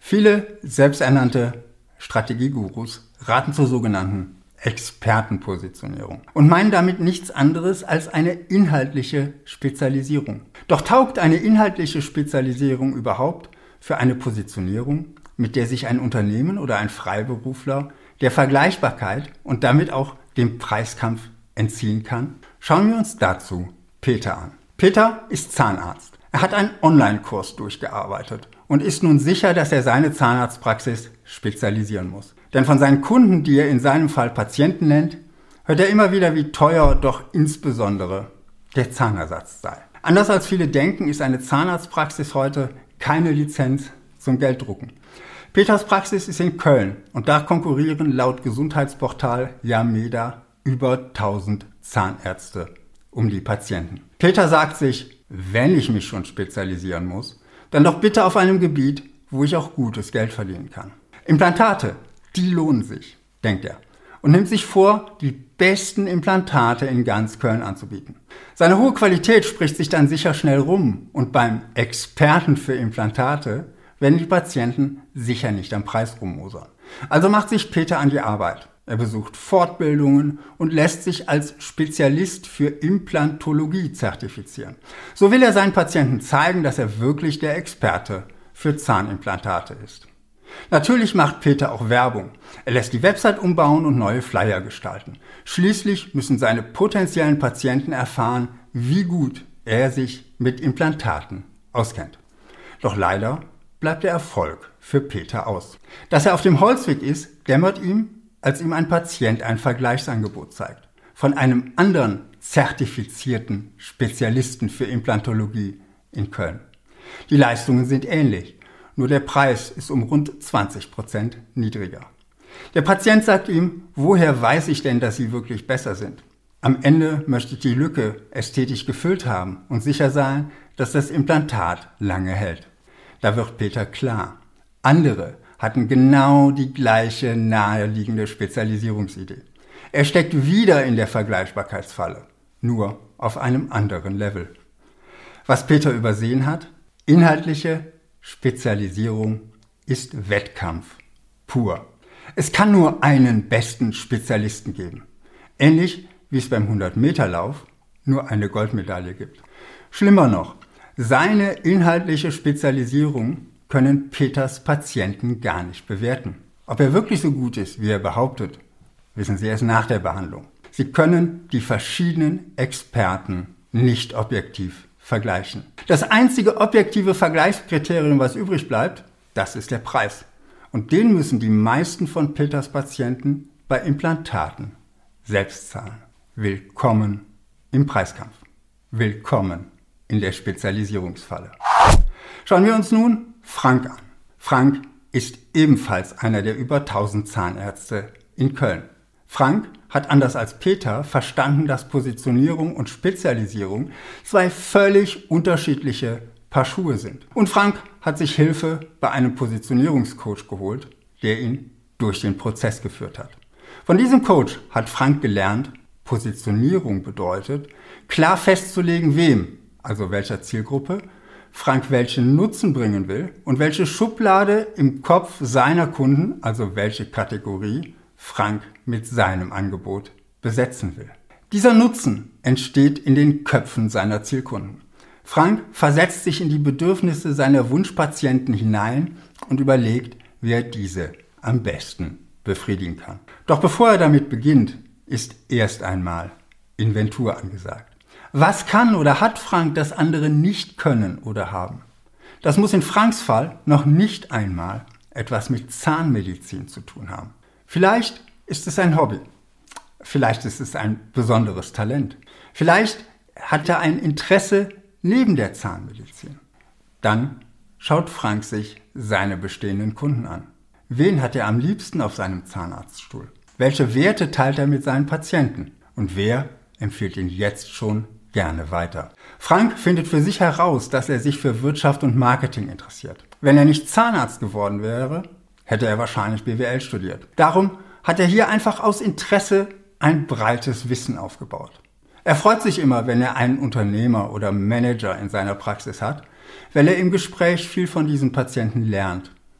Viele selbsternannte Strategiegurus raten zur sogenannten Expertenpositionierung und meinen damit nichts anderes als eine inhaltliche Spezialisierung. Doch taugt eine inhaltliche Spezialisierung überhaupt für eine Positionierung, mit der sich ein Unternehmen oder ein Freiberufler der Vergleichbarkeit und damit auch dem Preiskampf entziehen kann? Schauen wir uns dazu Peter an. Peter ist Zahnarzt. Er hat einen Online-Kurs durchgearbeitet und ist nun sicher, dass er seine Zahnarztpraxis spezialisieren muss. Denn von seinen Kunden, die er in seinem Fall Patienten nennt, hört er immer wieder, wie teuer doch insbesondere der Zahnersatz sei. Anders als viele denken, ist eine Zahnarztpraxis heute keine Lizenz zum Gelddrucken. Peters Praxis ist in Köln und da konkurrieren laut Gesundheitsportal Yameda über 1000 Zahnärzte um die Patienten. Peter sagt sich, wenn ich mich schon spezialisieren muss, dann doch bitte auf einem Gebiet, wo ich auch gutes Geld verdienen kann. Implantate, die lohnen sich, denkt er, und nimmt sich vor, die besten Implantate in ganz Köln anzubieten. Seine hohe Qualität spricht sich dann sicher schnell rum und beim Experten für Implantate werden die Patienten sicher nicht am Preis rummosern. Also macht sich Peter an die Arbeit. Er besucht Fortbildungen und lässt sich als Spezialist für Implantologie zertifizieren. So will er seinen Patienten zeigen, dass er wirklich der Experte für Zahnimplantate ist. Natürlich macht Peter auch Werbung. Er lässt die Website umbauen und neue Flyer gestalten. Schließlich müssen seine potenziellen Patienten erfahren, wie gut er sich mit Implantaten auskennt. Doch leider bleibt der Erfolg für Peter aus. Dass er auf dem Holzweg ist, dämmert ihm, als ihm ein Patient ein Vergleichsangebot zeigt. Von einem anderen zertifizierten Spezialisten für Implantologie in Köln. Die Leistungen sind ähnlich, nur der Preis ist um rund 20% niedriger. Der Patient sagt ihm, woher weiß ich denn, dass Sie wirklich besser sind? Am Ende möchte ich die Lücke ästhetisch gefüllt haben und sicher sein, dass das Implantat lange hält. Da wird Peter klar. Andere hatten genau die gleiche naheliegende Spezialisierungsidee. Er steckt wieder in der Vergleichbarkeitsfalle, nur auf einem anderen Level. Was Peter übersehen hat, inhaltliche Spezialisierung ist Wettkampf pur. Es kann nur einen besten Spezialisten geben. Ähnlich wie es beim 100-Meter-Lauf nur eine Goldmedaille gibt. Schlimmer noch, seine inhaltliche Spezialisierung können Peters Patienten gar nicht bewerten. Ob er wirklich so gut ist, wie er behauptet, wissen sie erst nach der Behandlung. Sie können die verschiedenen Experten nicht objektiv vergleichen. Das einzige objektive Vergleichskriterium, was übrig bleibt, das ist der Preis. Und den müssen die meisten von Peters Patienten bei Implantaten selbst zahlen. Willkommen im Preiskampf. Willkommen in der Spezialisierungsfalle. Schauen wir uns nun Frank an. Frank ist ebenfalls einer der über 1000 Zahnärzte in Köln. Frank hat anders als Peter verstanden, dass Positionierung und Spezialisierung zwei völlig unterschiedliche Paar Schuhe sind. Und Frank hat sich Hilfe bei einem Positionierungscoach geholt, der ihn durch den Prozess geführt hat. Von diesem Coach hat Frank gelernt, Positionierung bedeutet, klar festzulegen, wem, also welcher Zielgruppe, Frank welchen Nutzen bringen will und welche Schublade im Kopf seiner Kunden, also welche Kategorie, Frank mit seinem Angebot besetzen will. Dieser Nutzen entsteht in den Köpfen seiner Zielkunden. Frank versetzt sich in die Bedürfnisse seiner Wunschpatienten hinein und überlegt, wie er diese am besten befriedigen kann. Doch bevor er damit beginnt, ist erst einmal Inventur angesagt. Was kann oder hat Frank, das andere nicht können oder haben? Das muss in Franks Fall noch nicht einmal etwas mit Zahnmedizin zu tun haben. Vielleicht ist es ein Hobby. Vielleicht ist es ein besonderes Talent. Vielleicht hat er ein Interesse neben der Zahnmedizin. Dann schaut Frank sich seine bestehenden Kunden an. Wen hat er am liebsten auf seinem Zahnarztstuhl? Welche Werte teilt er mit seinen Patienten? Und wer empfiehlt ihn jetzt schon gerne weiter? Frank findet für sich heraus, dass er sich für Wirtschaft und Marketing interessiert. Wenn er nicht Zahnarzt geworden wäre, hätte er wahrscheinlich BWL studiert. Darum hat er hier einfach aus Interesse ein breites Wissen aufgebaut. Er freut sich immer, wenn er einen Unternehmer oder Manager in seiner Praxis hat, weil er im Gespräch viel von diesen Patienten lernt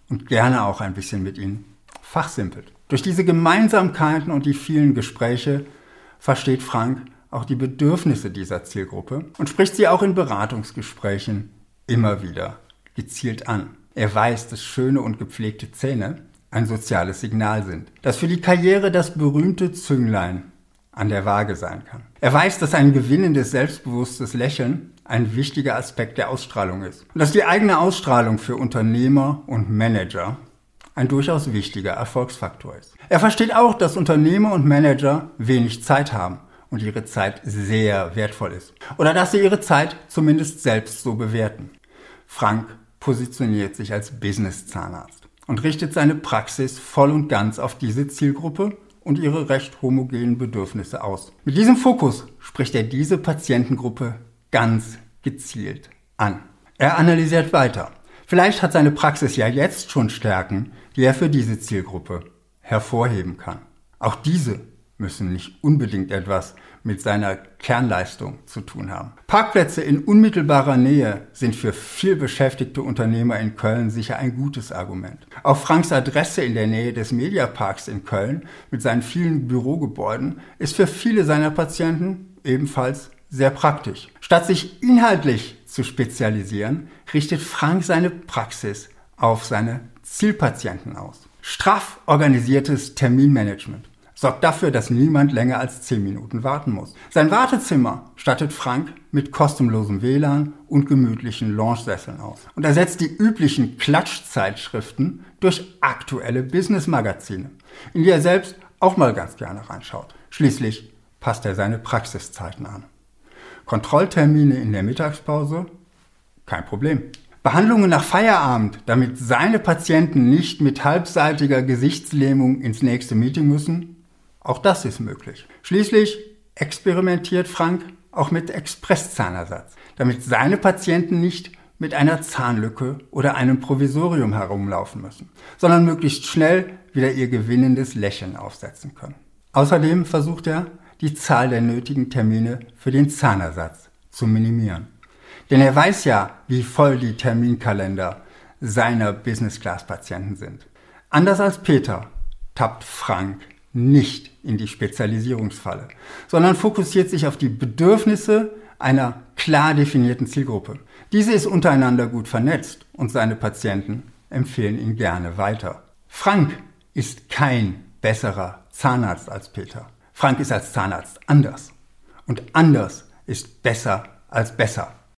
und gerne auch ein bisschen mit ihnen fachsimpelt. Durch diese Gemeinsamkeiten und die vielen Gespräche versteht Frank auch die Bedürfnisse dieser Zielgruppe und spricht sie auch in Beratungsgesprächen immer wieder gezielt an. Er weiß, dass schöne und gepflegte Zähne ein soziales Signal sind, das für die Karriere das berühmte Zünglein an der Waage sein kann. Er weiß, dass ein gewinnendes, selbstbewusstes Lächeln ein wichtiger Aspekt der Ausstrahlung ist und dass die eigene Ausstrahlung für Unternehmer und Manager ein durchaus wichtiger Erfolgsfaktor ist. Er versteht auch, dass Unternehmer und Manager wenig Zeit haben und ihre Zeit sehr wertvoll ist. Oder dass sie ihre Zeit zumindest selbst so bewerten. Frank positioniert sich als Business-Zahnarzt und richtet seine Praxis voll und ganz auf diese Zielgruppe und ihre recht homogenen Bedürfnisse aus. Mit diesem Fokus spricht er diese Patientengruppe ganz gezielt an. Er analysiert weiter. Vielleicht hat seine Praxis ja jetzt schon Stärken, die er für diese Zielgruppe hervorheben kann. Auch diese müssen nicht unbedingt etwas mit seiner Kernleistung zu tun haben. Parkplätze in unmittelbarer Nähe sind für vielbeschäftigte Unternehmer in Köln sicher ein gutes Argument. Auch Franks Adresse in der Nähe des Mediaparks in Köln mit seinen vielen Bürogebäuden ist für viele seiner Patienten ebenfalls sehr praktisch. Statt sich inhaltlich zu spezialisieren, richtet Frank seine Praxis auf seine Zielpatienten aus. Straff organisiertes Terminmanagement sorgt dafür, dass niemand länger als 10 Minuten warten muss. Sein Wartezimmer stattet Frank mit kostenlosem WLAN und gemütlichen Lounge-Sesseln aus und ersetzt die üblichen Klatschzeitschriften durch aktuelle Business-Magazine, in die er selbst auch mal ganz gerne reinschaut. Schließlich passt er seine Praxiszeiten an. Kontrolltermine in der Mittagspause? Kein Problem. Behandlungen nach Feierabend, damit seine Patienten nicht mit halbseitiger Gesichtslähmung ins nächste Meeting müssen? Auch das ist möglich. Schließlich experimentiert Frank auch mit Expresszahnersatz, damit seine Patienten nicht mit einer Zahnlücke oder einem Provisorium herumlaufen müssen, sondern möglichst schnell wieder ihr gewinnendes Lächeln aufsetzen können. Außerdem versucht er, die Zahl der nötigen Termine für den Zahnersatz zu minimieren. Denn er weiß ja, wie voll die Terminkalender seiner Business-Class-Patienten sind. Anders als Peter tappt Frank nicht in die Spezialisierungsfalle, sondern fokussiert sich auf die Bedürfnisse einer klar definierten Zielgruppe. Diese ist untereinander gut vernetzt und seine Patienten empfehlen ihn gerne weiter. Frank ist kein besserer Zahnarzt als Peter. Frank ist als Zahnarzt anders. Und anders ist besser als besser.